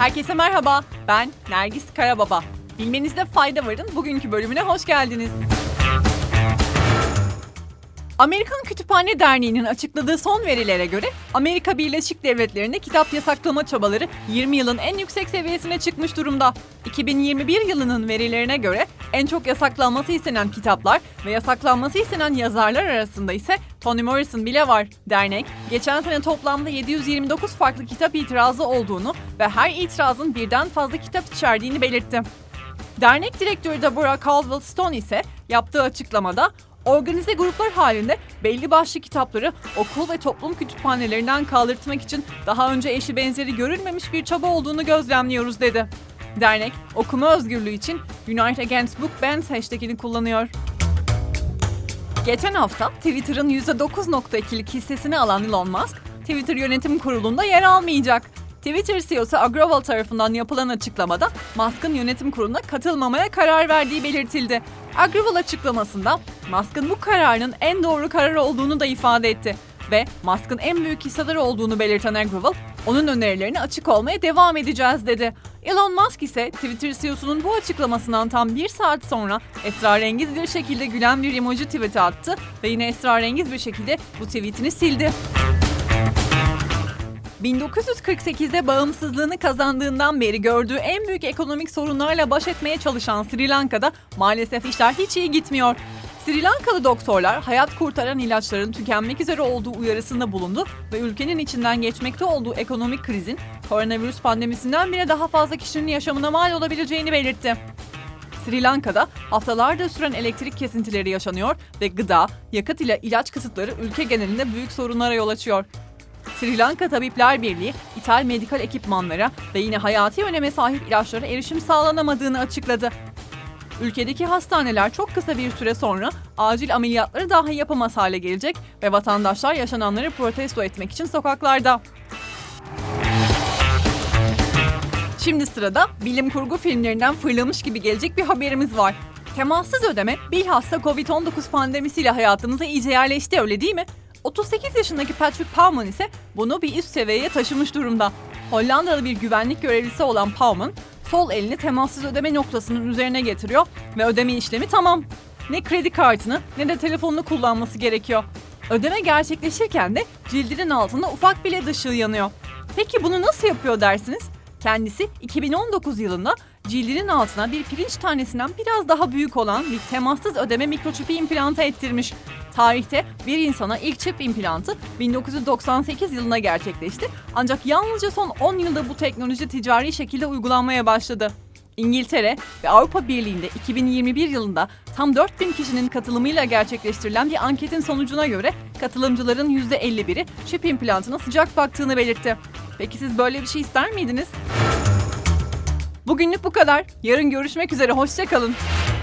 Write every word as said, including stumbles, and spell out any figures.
Herkese merhaba, ben Nergis Karababa. Bilmenizde fayda varın bugünkü bölümüne hoş geldiniz. Amerikan Kütüphane Derneği'nin açıkladığı son verilere göre Amerika Birleşik Devletleri'nde kitap yasaklama çabaları yirmi yılın en yüksek seviyesine çıkmış durumda. iki bin yirmi bir yılının verilerine göre en çok yasaklanması istenen kitaplar ve yasaklanması istenen yazarlar arasında ise Toni Morrison bile var. Dernek, geçen sene toplamda yedi yüz yirmi dokuz farklı kitap itirazı olduğunu ve her itirazın birden fazla kitap içerdiğini belirtti. Dernek direktörü Deborah Caldwell-Stone ise yaptığı açıklamada, organize gruplar halinde belli başlı kitapları okul ve toplum kütüphanelerinden kaldırtmak için daha önce eşi benzeri görülmemiş bir çaba olduğunu gözlemliyoruz dedi. Dernek, okuma özgürlüğü için Unite Against Book Bans hashtagini kullanıyor. Geçen hafta Twitter'ın yüzde dokuz virgül ikilik hissesini alan Elon Musk, Twitter Yönetim Kurulu'nda yer almayacak. Twitter C E O'su Agrawal tarafından yapılan açıklamada Musk'ın yönetim kuruluna katılmamaya karar verdiği belirtildi. Agrawal açıklamasında Musk'ın bu kararının en doğru karar olduğunu da ifade etti ve Musk'ın en büyük hissedarı olduğunu belirten Agrawal, onun önerilerine açık olmaya devam edeceğiz dedi. Elon Musk ise Twitter C E O'sunun bu açıklamasından tam bir saat sonra esrarengiz bir şekilde gülen bir emoji tweet'i attı ve yine esrarengiz bir şekilde bu tweet'ini sildi. bin dokuz yüz kırk sekizde bağımsızlığını kazandığından beri gördüğü en büyük ekonomik sorunlarla baş etmeye çalışan Sri Lanka'da maalesef işler hiç iyi gitmiyor. Sri Lankalı doktorlar hayat kurtaran ilaçların tükenmek üzere olduğu uyarısında bulundu ve ülkenin içinden geçmekte olduğu ekonomik krizin koronavirüs pandemisinden bile daha fazla kişinin yaşamına mal olabileceğini belirtti. Sri Lanka'da haftalardır süren elektrik kesintileri yaşanıyor ve gıda, yakıt ile ilaç kısıtları ülke genelinde büyük sorunlara yol açıyor. Sri Lanka Tabipler Birliği, ithal medikal ekipmanlara ve yine hayati öneme sahip ilaçlara erişim sağlanamadığını açıkladı. Ülkedeki hastaneler çok kısa bir süre sonra acil ameliyatları dahi yapamaz hale gelecek ve vatandaşlar yaşananları protesto etmek için sokaklarda. Şimdi sırada bilim kurgu filmlerinden fırlamış gibi gelecek bir haberimiz var. Temassız ödeme bilhassa kovid on dokuz pandemisiyle hayatımıza iyice yerleşti, öyle değil mi? otuz sekiz yaşındaki Patrick Pauwman ise bunu bir üst seviyeye taşımış durumda. Hollandalı bir güvenlik görevlisi olan Pauwman, sol elini temassız ödeme noktasının üzerine getiriyor ve ödeme işlemi tamam. Ne kredi kartını ne de telefonunu kullanması gerekiyor. Ödeme gerçekleşirken de cildinin altında ufak bir led ışığı yanıyor. Peki bunu nasıl yapıyor dersiniz? Kendisi iki bin on dokuz yılında cildinin altına bir pirinç tanesinden biraz daha büyük olan bir temassız ödeme mikroçipi implanta ettirmiş. Tarihte bir insana ilk çip implantı bin dokuz yüz doksan sekiz yılına gerçekleşti. Ancak yalnızca son on yılda bu teknoloji ticari şekilde uygulanmaya başladı. İngiltere ve Avrupa Birliği'nde iki bin yirmi bir yılında tam dört bin kişinin katılımıyla gerçekleştirilen bir anketin sonucuna göre katılımcıların yüzde elli biri çip implantına sıcak baktığını belirtti. Peki siz böyle bir şey ister miydiniz? Bugünlük bu kadar. Yarın görüşmek üzere, hoşça kalın.